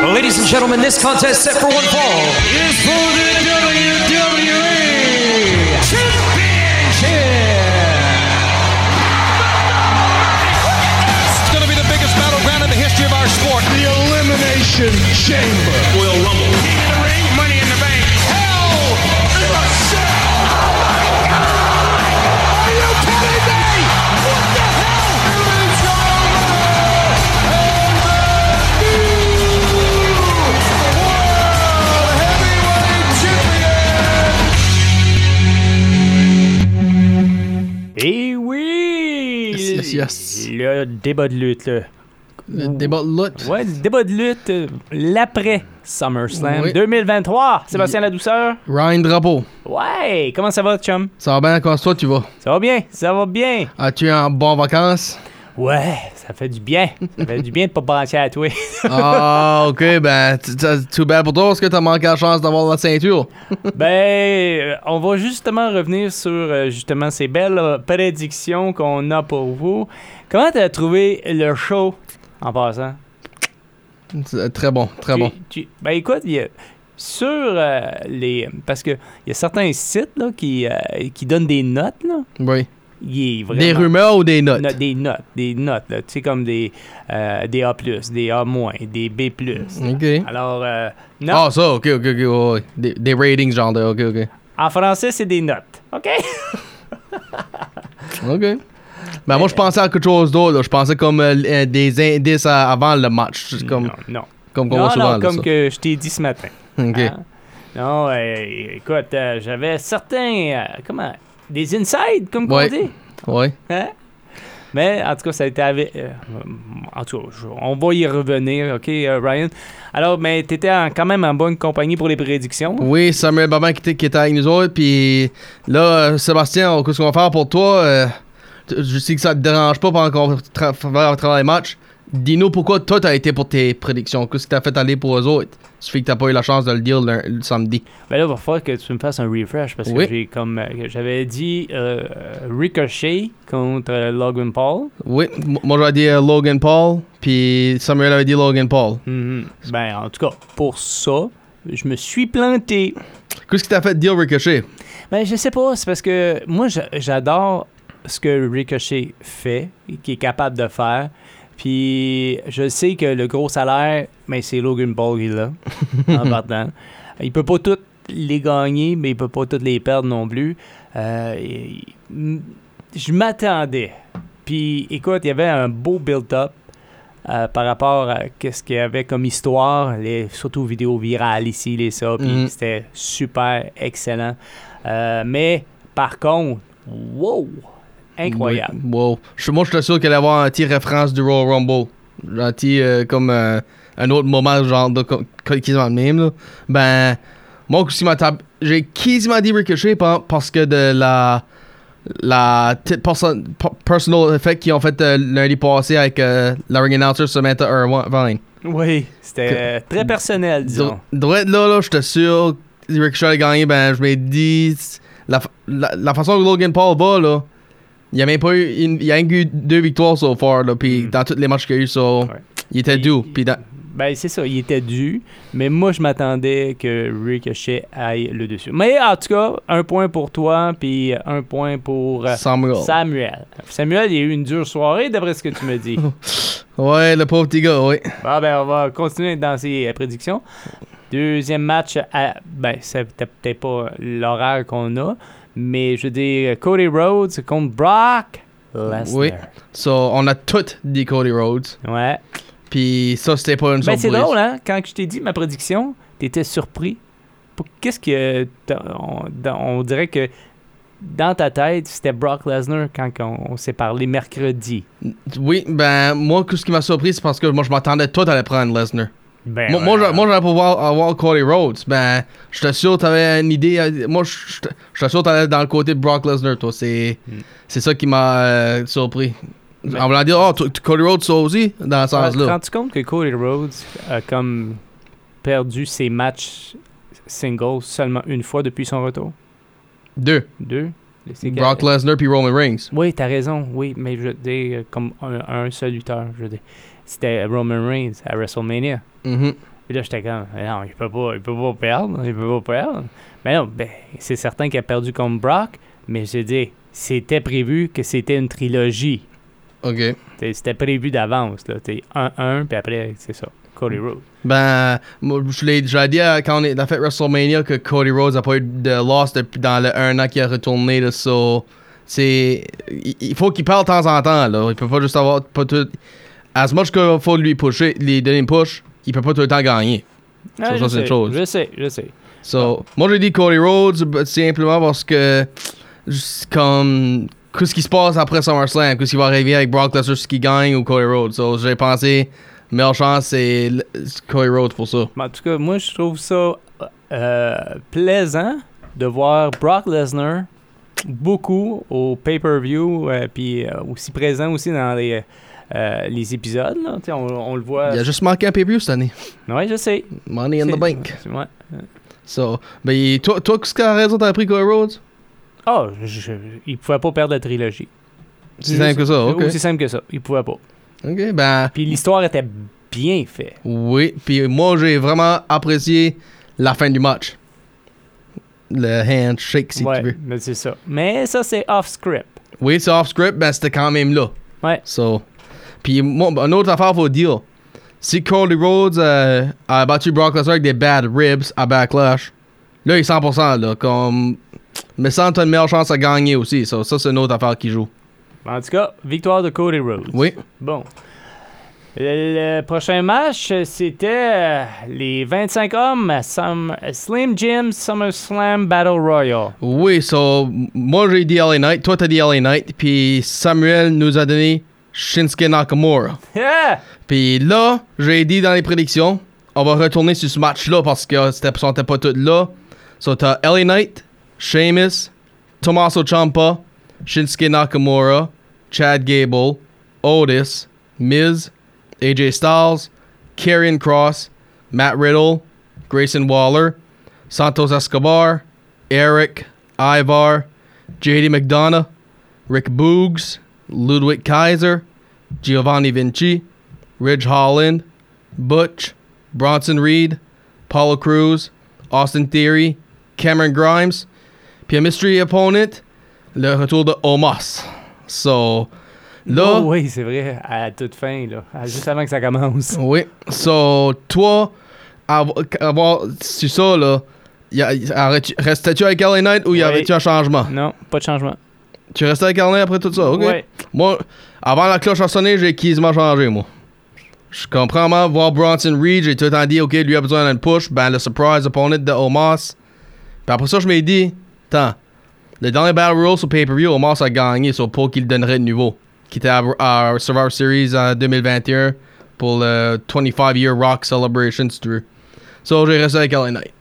Ladies and gentlemen, this contest set for one fall is for the WWE Championship. It's going to be the biggest battleground in the history of our sport. The Elimination Chamber. Royal Rumble. King of the Ring, Money in the Bank. Hell in a Cell. Oh my God! Are you kidding me? What the hell? It's over! And the new World Heavyweight Champion! Et oui! Yes. Le débat de lutte, là. Le débat de lutte. Ouais, le débat de lutte, l'après SummerSlam Oui. 2023. Sébastien Ladouceur. Ryan Drapeau. Ouais, comment ça va, chum? Ça va bien, comment toi tu vas? Ça va bien, ça va bien. As-tu en bonnes vacances? Ouais, ça fait du bien. Ça fait du bien de pas penser à toi. Ah, ok, ben, tout bien pour toi, parce que t'as manqué la chance d'avoir la ceinture. On va justement revenir sur justement ces belles prédictions qu'on a pour vous. Comment t'as trouvé le show en passant? C'est très bon, très bon. Ben écoute, il y a, sur les... Parce que il y a certains sites là, qui donnent des notes, là. Oui. Il est vraiment... Des rumeurs ou des notes? Des notes, là. Tu sais, comme des A+, des A-, des B+. Ok. Alors, non. Ah, ça, ok, ouais. Des ratings, genre de, ok. En français, c'est des notes. OK? Ok. Ben, moi, je pensais à quelque chose d'autre, là. Je pensais comme des indices avant le match. C'est comme, Non. comme qu'on voit souvent, là, comme ça. que je t'ai dit ce matin. Ok. Hein? Non, écoute, j'avais certains... Des insides, comme qu'on Ouais. dit. Ouais. Hein? Mais, en tout cas, ça a été avec... en tout cas, on va y revenir, OK, Ryan? Alors, mais t'étais quand même en bonne compagnie pour les prédictions. Oui, Samuel Baban qui était avec nous autres, puis là, Sébastien, qu'est-ce qu'on va faire pour toi? Je sais que ça te dérange pas pendant qu'on va travailler le match. Dis-nous pourquoi toi t'as été pour tes prédictions. Qu'est-ce qui t'a fait aller pour eux autres? Ça fait que t'as pas eu la chance de le dire le samedi. Ben là, il va falloir que tu me fasses un refresh parce Oui. que j'avais dit Ricochet contre Logan Paul. Oui, moi j'avais dit Logan Paul, puis Samuel avait dit Logan Paul. Mhm. Ben, en tout cas, pour ça, je me suis planté. Qu'est-ce qui t'a fait dire Ricochet? Ben, je sais pas, c'est parce que moi, j'adore ce que Ricochet fait, qu'il est capable de faire. Puis, je sais que le gros salaire, ben, c'est Logan Paul qui l'a, en partant. Il peut pas toutes les gagner, mais il peut pas toutes les perdre non plus. Je m'attendais. Puis, écoute, il y avait un beau build-up par rapport à ce qu'il y avait comme histoire, surtout vidéos virales ici, ça. Puis, c'était super excellent. Mais, par contre, wow! Incroyable. Oui. Wow. Moi, je suis sûr qu'elle allait avoir un petit référence du Royal Rumble. Un petit, comme un autre moment, genre, quasiment le même, là. Ben, moi, j'ai quasiment dit Ricochet parce que de la personal effect qu'ils ont fait lundi passé avec la ring announcer Samantha Irvine. Oui, c'était très personnel, disons. Droit là, j'étais sûr que Ricochet allait gagner. Ben, je m'ai dit, la façon que Logan Paul va, là, il y a même pas eu, il y a eu 2 victoires so far, là, puis dans tous les matchs qu'il y a eu, il était dû. Ben, c'est ça, il était dû, mais moi, je m'attendais que Ricochet aille le dessus. Mais en tout cas, 1 point pour toi, puis 1 point pour Samuel. Samuel, il a eu une dure soirée, d'après ce que tu me dis. Ouais, le pauvre petit gars, oui. Bon, ben, on va continuer dans ses prédictions. Deuxième match, c'était peut-être pas l'horaire qu'on a, mais je veux dire, Cody Rhodes contre Brock Lesnar. Oui. On a toutes dit Cody Rhodes. Ouais. Puis ça, c'était pas une surprise. C'est drôle, hein? Quand je t'ai dit ma prédiction, t'étais surpris. Qu'est-ce que... On dirait que dans ta tête, c'était Brock Lesnar quand on s'est parlé mercredi. Oui, ben, moi, ce qui m'a surpris, c'est parce que moi, je m'attendais tout à prendre Lesnar. Ben, moi, j'allais pouvoir avoir Cody Rhodes. Ben, j'étais sûr que t'avais une idée. Moi, j'étais sûr que t'allais dans le côté de Brock Lesnar, toi. C'est ça qui m'a surpris. Ben, en voulant dire, Cody Rhodes, ça aussi, dans ce sens-là. Tu te rends compte que Cody Rhodes a comme perdu ses matchs singles seulement une fois depuis son retour? 2. Brock Lesnar puis Roman Reigns. Oui, t'as raison, oui, mais je veux dire, comme un seul lutteur, je veux dire. C'était Roman Reigns à WrestleMania. Mm-hmm. Puis là, j'étais comme, non, il peut pas perdre. Mais non, c'est certain qu'il a perdu contre Brock, mais j'ai dit, c'était prévu que c'était une trilogie. OK. C'était prévu d'avance, là. 1-1, puis après, c'est ça, Cody Rhodes. Ben, moi, j'ai dit quand on a fait WrestleMania que Cody Rhodes a pas eu de loss dans le 1 an qu'il a retourné, là, so, il faut qu'il parle de temps en temps, là. Il peut pas juste avoir, pas tout, as much qu'il faut lui donner une push, il peut pas tout le temps gagner. Ah, ça, c'est une chose. Je sais. So, moi, j'ai dit Cody Rhodes, simplement parce que, comme, qu'est-ce qui se passe après SummerSlam, qu'est-ce qui va arriver avec Brock Lesnar, ce qui gagne ou Cody Rhodes. So, j'ai pensé, meilleure chance, c'est Cody Rhodes pour ça. En tout cas, moi, je trouve ça plaisant de voir Brock Lesnar beaucoup au pay-per-view, puis aussi présent aussi dans les épisodes. Là. On le voit. Il a juste manqué un pay-per-view cette année. Oui, je sais. Money in the bank. Ouais. So, ben, toi, qu'est-ce que raison t'as pris Cody Rhodes? Ah, il pouvait pas perdre la trilogie. C'est simple que ça, ok. C'est simple que ça. Il pouvait pas. Ok, ben. Puis l'histoire était bien faite. Oui, puis moi, j'ai vraiment apprécié la fin du match. Le handshake, si tu veux. Mais c'est ça. Mais ça, c'est off-script. Oui, c'est off-script, mais c'était quand même là. Ouais. So, puis moi, une autre affaire, faut dire. Si Cody Rhodes a battu Brock Lesnar avec des bad ribs à Backlash, là, il est 100%, là, comme... Mais ça, t'as une meilleure chance à gagner aussi. So, ça, c'est une autre affaire qui joue. En tout cas, victoire de Cody Rhodes. Oui. Bon. Le prochain match, c'était les 25 hommes Slim Jim SummerSlam Battle Royale. Oui, so, moi, j'ai dit LA Knight. Toi, t'as dit LA Knight. Puis Samuel nous a donné Shinsuke Nakamura. Yeah! Puis là, j'ai dit dans les prédictions, on va retourner sur ce match-là parce que c'était pas tout là. So, t'as LA Knight, Sheamus, Tommaso Ciampa, Shinsuke Nakamura, Chad Gable, Otis, Miz, AJ Styles, Karrion Kross, Matt Riddle, Grayson Waller, Santos Escobar, Eric, Ivar, JD McDonough, Rick Boogs, Ludwig Kaiser, Giovanni Vinci, Ridge Holland, Butch, Bronson Reed, Apollo Crews, Austin Theory, Cameron Grimes, puis un mystery opponent, le retour de Omos. So, là... Oh oui, c'est vrai, à toute fin, là, juste avant que ça commence. Oui. So, toi, avoir sur ça, là, restais-tu avec LA Knight ou y avait-tu un changement? Non, pas de changement. Tu restais avec LA Knight après tout ça, ok? Ouais. Moi, avant la cloche a sonné, j'ai quasiment changé, moi. Je comprends mal voir Bronson Reed, j'ai tout le temps dit, ok, lui a besoin d'une push, ben le surprise opponent de Omos. Puis après ça, je m'ai dit, attends, le dernier Battle Royale sur pay-per-view, Omos a gagné, sur pas qu'il donnerait de nouveau. Qui était à Survivor Series en 2021 pour le 25-year Rock Celebration, si tu veux. So, j'ai resté avec LA Knight.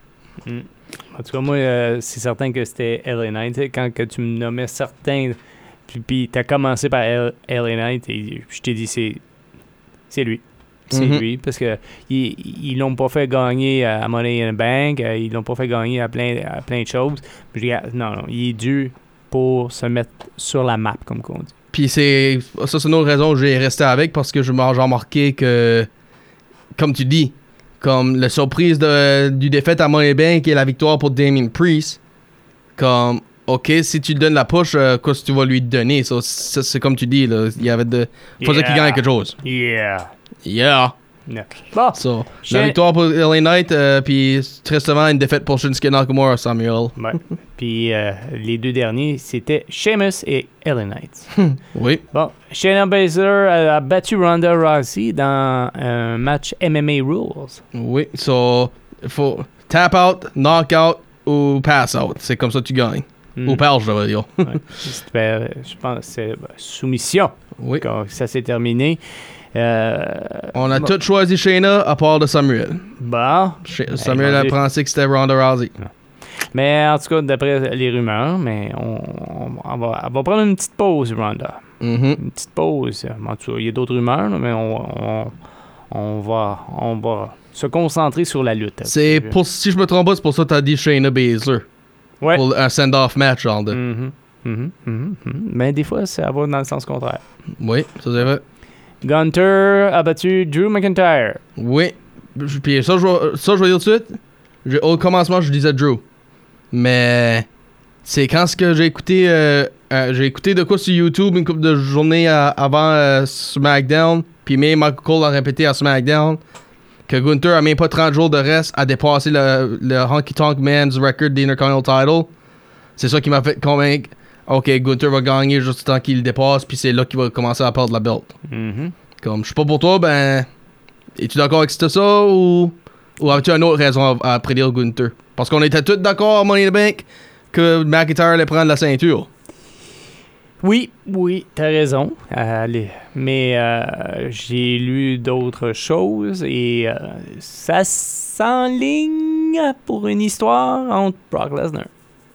En tout cas, moi, c'est certain que c'était LA Knight. Quand que tu me nommais certains, puis t'as commencé par LA Knight, et je t'ai dit, c'est lui. C'est lui, parce que ils l'ont pas fait gagner à Money in the Bank, ils l'ont pas fait gagner à plein de choses. Puis je dis, non, il est dû pour se mettre sur la map, comme on dit. Puis c'est une autre raison que j'ai resté avec, parce que j'ai remarqué que, comme tu dis, comme la surprise du défaite à Money in the Bank et la victoire pour Damien Priest, comme, ok, si tu lui donnes la push, qu'est-ce que tu vas lui donner? Ça, c'est comme tu dis, là, il y avait faisait qu'il gagne quelque chose. Yeah. No. Bon. So, la victoire pour LA Knight, puis tristement une défaite pour Shinsuke Nakamura, Samuel. Ouais. Puis les deux derniers, c'était Sheamus et LA Knight. Oui. Bon, Shayna Baszler a battu Ronda Rousey dans un match MMA Rules. Oui, so, il faut tap out, knock out ou pass out. C'est comme ça que tu gagnes. Ou page, je veux dire. Ouais. Je pense que c'est soumission. Oui. Quand ça s'est terminé. On a tous choisi Shayna à part de Samuel. Bon. Samuel a pensé que c'était Ronda Rousey. Mais en tout cas, d'après les rumeurs, mais on va prendre une petite pause, Ronda. Une petite pause. En tout cas, il y a d'autres rumeurs, là, mais on va se concentrer sur la lutte. C'est pour, si je me trompe pas, c'est pour ça que tu as dit Shayna Baszler. Ouais. Pour un send-off match, genre de. Mais des fois, ça va dans le sens contraire. Oui, ça c'est vrai. Gunter a battu Drew McIntyre. Oui. Puis ça, je vais dire tout de suite. Au commencement, je disais Drew. Mais c'est quand ce que j'ai écouté de quoi sur YouTube une couple de journées avant SmackDown, puis même Michael Cole a répété à SmackDown que Gunther a même pas 30 jours de reste à dépasser le Honky Tonk Man's record d'Intercontinental Title. C'est ça qui m'a fait convaincre. Ok, Gunther va gagner juste le temps qu'il le dépasse, puis c'est là qu'il va commencer à perdre la belt. Comme je suis pas pour toi, ben. Es-tu d'accord avec ça ou as-tu une autre raison à prédire Gunther? Parce qu'on était tous d'accord à Money in the Bank que McIntyre allait prendre la ceinture. Oui, t'as raison. Mais j'ai lu d'autres choses et ça s'enligne pour une histoire entre Brock Lesnar.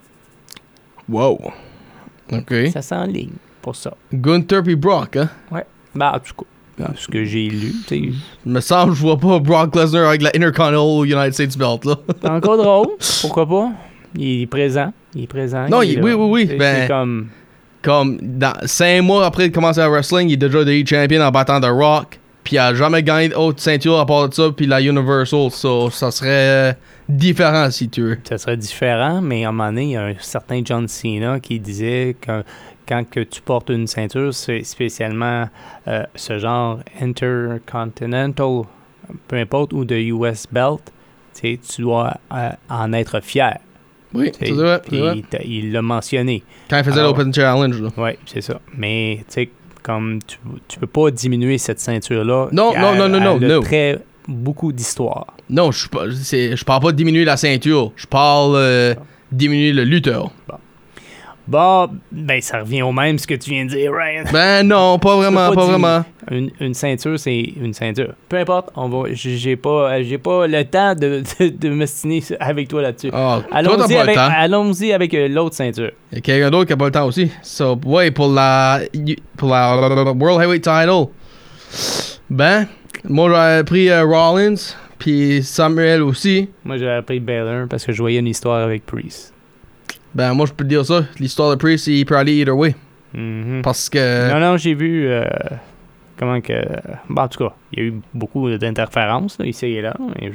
Wow. OK. Ça s'enligne pour ça. Gunther puis Brock, hein? Ouais. Ben, en tout cas, ce que j'ai lu, tu sais. Il me semble que je vois pas Brock Lesnar avec la Intercontinental United States Belt, là. C'est encore drôle. Pourquoi pas? Il est présent. Non, il est là. oui. C'est comme... Comme 5 mois après de commencer à wrestling, il est déjà devenu champion en battant The Rock. Puis il a jamais gagné d'autres ceintures à part de ça, puis la Universal. So, ça serait différent si tu veux. Ça serait différent, mais à un moment donné, il y a un certain John Cena qui disait que quand que tu portes une ceinture, c'est spécialement ce genre Intercontinental, peu importe, ou de US Belt, tu dois en être fier. Oui, c'est vrai. Il l'a mentionné. Quand il faisait l'Open Challenge, là. Oui, c'est ça. Mais, tu sais, comme tu peux pas diminuer cette ceinture-là. Non. Elle a très beaucoup d'histoire. Non, je parle pas de diminuer la ceinture. Je parle diminuer le lutteur. Bon, ben ça revient au même ce que tu viens de dire, Ryan. Ben non, pas vraiment. Une ceinture, c'est une ceinture. Peu importe, j'ai pas le temps de m'estiner avec toi là-dessus. Oh, allons-y avec l'autre ceinture. Il y a quelqu'un d'autre qui a pas le temps aussi. So, ouais, pour la World Heavyweight Title. Ben, moi j'aurais pris Rollins, puis Samuel aussi. Moi j'aurais pris Baylor parce que je voyais une histoire avec Priest. Ben, moi, je peux te dire ça. L'histoire de Priest, il peut aller either way. Parce que... Non, j'ai vu comment que... Bon, en tout cas, il y a eu beaucoup d'interférences, là, ici et là. Mais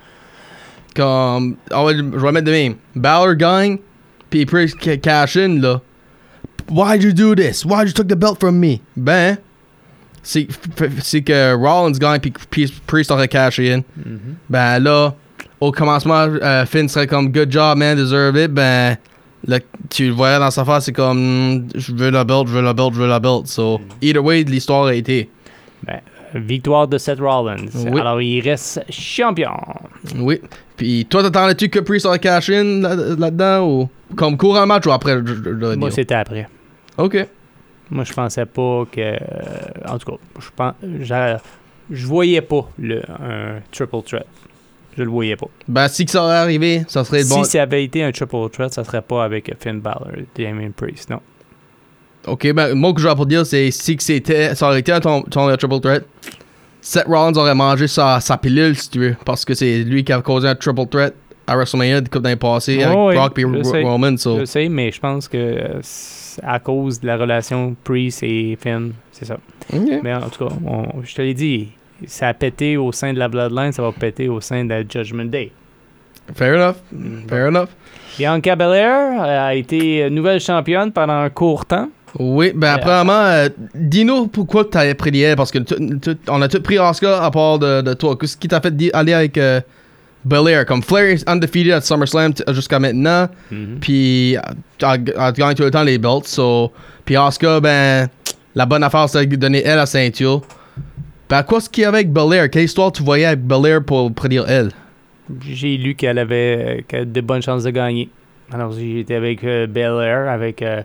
Comme... je vais mettre de même. Balor gagne, puis Priest cash in, là. Why'd you do this? Why'd you took the belt from me? Ben, c'est que Rollins gagne, puis Priest aurait caché in. Ben, là, au commencement, Finn serait comme, good job, man, deserve it. Ben... Là, tu le voyais dans sa face, c'est comme je veux la belt. So, either way, l'histoire a été. Ben, victoire de Seth Rollins. Oui. Alors, il reste champion. Oui. Puis, toi, t'attendais-tu que Priest aurait cash in là-dedans ou comme courant match ou après? Moi, c'était après. OK. Moi, je pensais pas que. En tout cas, je voyais pas un triple threat. Je le voyais pas. Ben, si que ça aurait arrivé, ça serait bon. Si ça avait été un triple threat, ça serait pas avec Finn Balor et Damien Priest, non. OK, ben, moi, ce que j'ai pour dire, c'est si que ça aurait été un triple threat, Seth Rollins aurait mangé sa pilule, si tu veux, parce que c'est lui qui a causé un triple threat à WrestleMania, coupe d'année passée, avec Brock et Roman. So. Je sais, mais je pense que c'est à cause de la relation Priest et Finn, c'est ça. Okay. Mais en tout cas, je te l'ai dit, ça a pété au sein de la Bloodline, ça va péter au sein de la Judgment Day. Fair enough. Bianca Belair a été nouvelle championne pendant un court temps. Oui, ben apparemment, dis-nous pourquoi tu avais pris elle, parce que on a tous pris Asuka à part de toi. Qu'est-ce qui t'a fait aller avec Belair? Comme Flair est undefeated à SummerSlam jusqu'à maintenant, puis elle gagne tout le temps les belts. So, puis Asuka, ben, la bonne affaire, c'est de donner elle la ceinture. Ben, quoi ce qu'il y avait avec Belair? Quelle histoire tu voyais avec Belair pour prédire elle? J'ai lu qu'elle avait de bonnes chances de gagner. Alors, j'étais avec Belair,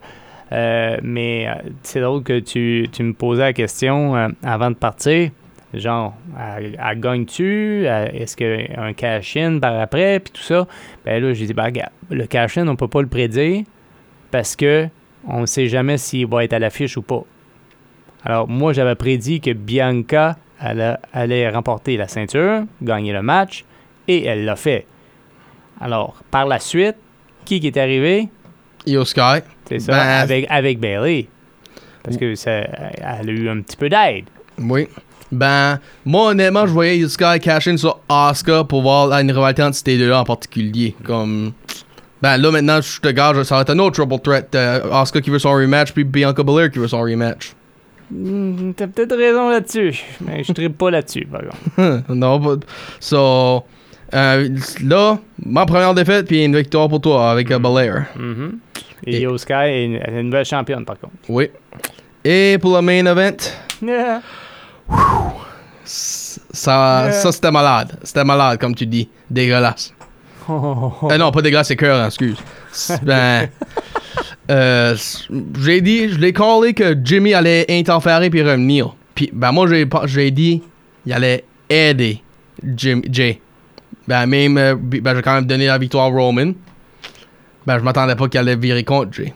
mais c'est drôle que tu me posais la question avant de partir. Genre, elle gagne-tu? Est-ce qu'il y a un cash-in par après? Puis tout ça. Ben là, j'ai dit, ben regarde, le cash-in, on peut pas le prédire parce que on ne sait jamais s'il va être à l'affiche ou pas. Alors, moi, j'avais prédit que Bianca allait remporter la ceinture, gagner le match, et elle l'a fait. Alors, par la suite, qui est arrivé? Io Sky. C'est ça, avec Bayley. Parce que elle a eu un petit peu d'aide. Oui. Ben, moi, honnêtement, je voyais Sky cash in sur Asuka pour voir une rivalité entre ces deux-là en particulier. Comme. Ben, là, maintenant, je te gage, ça va être un autre triple threat. Asuka qui veut son rematch, puis Bianca Belair qui veut son rematch. T'as peut-être raison là-dessus, mais je tripe pas là-dessus, par contre. Non, but. So. Là, ma première défaite, puis une victoire pour toi avec Belair. Et Io Sky est une nouvelle championne, par contre. Oui. Et pour le main event. Yeah. Ça c'était malade. C'était malade, comme tu dis. Dégueulasse. Non, pas dégueulasse, c'est cœur, excuse. Ben. Je l'ai callé que Jimmy allait interférer puis revenir. Puis, ben, moi, j'ai dit il allait aider Jay. Ben, même, j'ai quand même donné la victoire à Roman. Ben, je m'attendais pas qu'il allait virer contre Jay.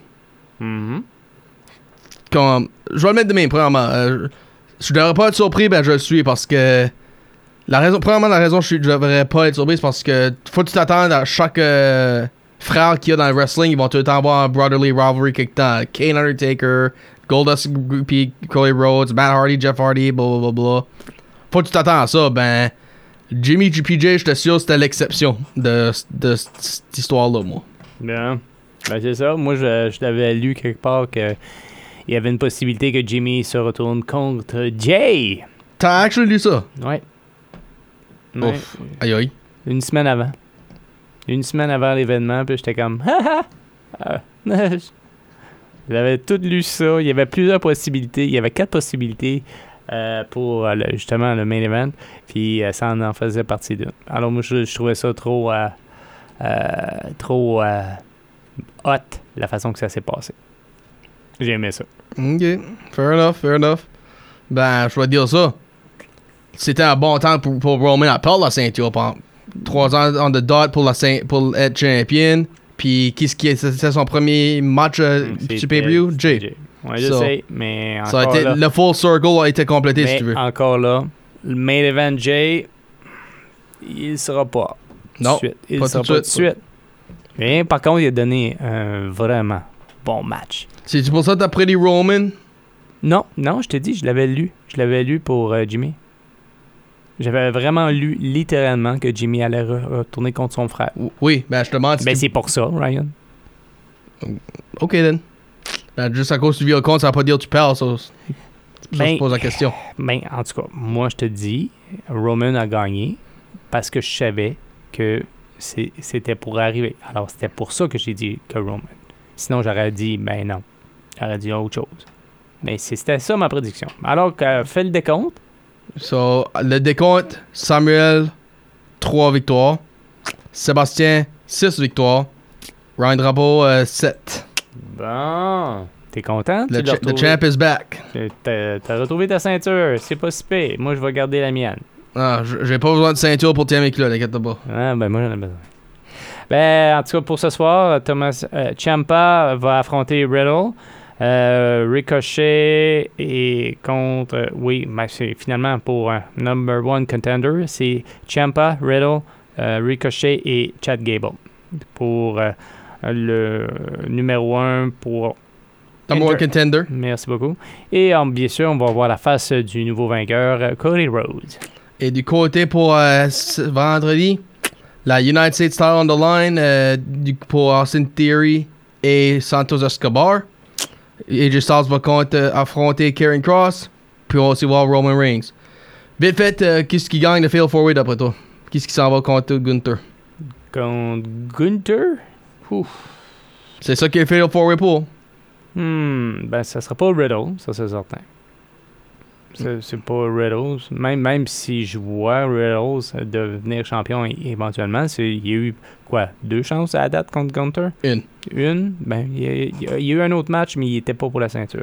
Comme, je vais le mettre de même, premièrement. Je devrais pas être surpris, ben je le suis parce que la raison que je devrais pas être surpris, c'est parce que faut que tu t'attendes à chaque frère qu'il y a dans le wrestling, ils vont tout le temps avoir un brotherly rivalry quelque temps. Kane Undertaker, Goldust puis Cody Rhodes, Matt Hardy, Jeff Hardy, blablabla. Faut que tu t'attendes à ça, ben Jimmy GPJ, je te sûr c'était l'exception de cette histoire-là, moi. Bien. Ben c'est ça, moi je l'avais lu quelque part que il y avait une possibilité que Jimmy se retourne contre Jay. T'as actually lu ça? Ouais. Ouf. Aïe aïe. Une semaine avant. Une semaine avant l'événement, puis j'étais comme J'avais tout lu ça. Il y avait plusieurs possibilités. Il y avait 4 possibilités pour justement le main event. Puis ça en faisait partie d'une. Alors moi, je trouvais ça trop hot, la façon que ça s'est passé. J'ai aimé ça. Ok, fair enough. Ben, je vais dire ça. C'était un bon temps pour Roman à perdre la ceinture pendant 3 ans on the dot pour être champion. Puis, c'était son premier match sur pay-per-view? Jay. Ouais, je sais, mais encore ça a été, là, le full circle a été complété, si tu veux. encore là, le main event Jay, il sera pas. Non, tout de suite. Il pas sera tout pas de tout de suite. Mais par contre, il a donné un vraiment bon match. C'est pour ça que t'as pris les Roman? Non, je t'ai dit, je l'avais lu. Je l'avais lu pour Jimmy. J'avais vraiment lu littéralement que Jimmy allait retourner contre son frère. Oui, ben je te demande. Ben c'est pour ça, Ryan. Ok, then. Ben, juste à cause que tu vis au compte, ça va pas dire que tu perds, ça. C'est pour ça que je pose la question. Ben, en tout cas, moi je te dis, Roman a gagné parce que je savais que c'était pour arriver. Alors c'était pour ça que j'ai dit que Roman. Sinon j'aurais dit, ben non. J'aurais dit autre chose. Mais c'était ça ma prédiction. Alors, fais le décompte. So, le décompte, Samuel, 3 victoires. Sébastien, 6 victoires. Ryan Drapeau, 7. Bon. T'es content? The champ is back. T'as retrouvé ta ceinture. C'est pas si pire. Moi, je vais garder la mienne. Ah, j'ai pas besoin de ceinture pour t'aimer là, t'inquiète pas. Ah, ben moi, j'en ai besoin. Ben, en tout cas, pour ce soir, Ciampa va affronter Riddle. Ricochet et contre... ben c'est finalement pour un number 1 contender. C'est Ciampa, Riddle, Ricochet et Chad Gable. Pour le numéro 1 pour... Number 1 contender. Merci beaucoup. Et bien sûr, on va voir la face du nouveau vainqueur, Cody Rhodes. Et du côté pour vendredi, la United States title on the line pour Austin Theory et Santos Escobar. AJ Styles va affronter Karrion Kross. Puis on va aussi voir Roman Reigns. Vite fait, qu'est-ce qui gagne le Fatal 4-Way d'après toi? Qu'est-ce qui s'en va contre Gunther? Contre Gunther? Ouf. C'est ça qui est le Fatal 4-Way pour. Ben, ça sera pas Riddle, ça c'est certain. C'est pas Riddle. Même si je vois Riddle devenir champion éventuellement, il y a eu, 2 chances à la date contre Gunther? Une? Ben, il y a eu un autre match, mais il était pas pour la ceinture.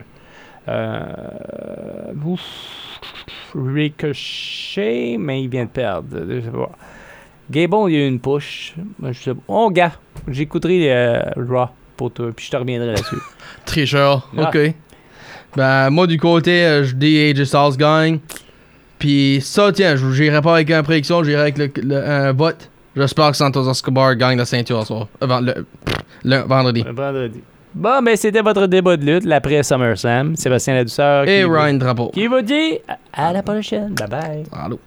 Ricochet, mais il vient de perdre. Je sais pas. Gable, il y a eu une push. Je sais pas. Oh, gars, j'écouterai Raw pour toi, puis je te reviendrai là-dessus. Tricheur, ok. Ben, moi, du côté, je dis AJ Styles gagne. Puis ça, tiens, je n'irai pas avec une prédiction, j'irai avec un vote. J'espère que Santos Escobar gagne la ceinture ce soir. Le vendredi. Vendredi. Bon, ben c'était votre débat de lutte, l'après SummerSlam. Sébastien Ladouceur Et Ryan Drapeau. qui vous dit à la prochaine. Bye bye. Allô.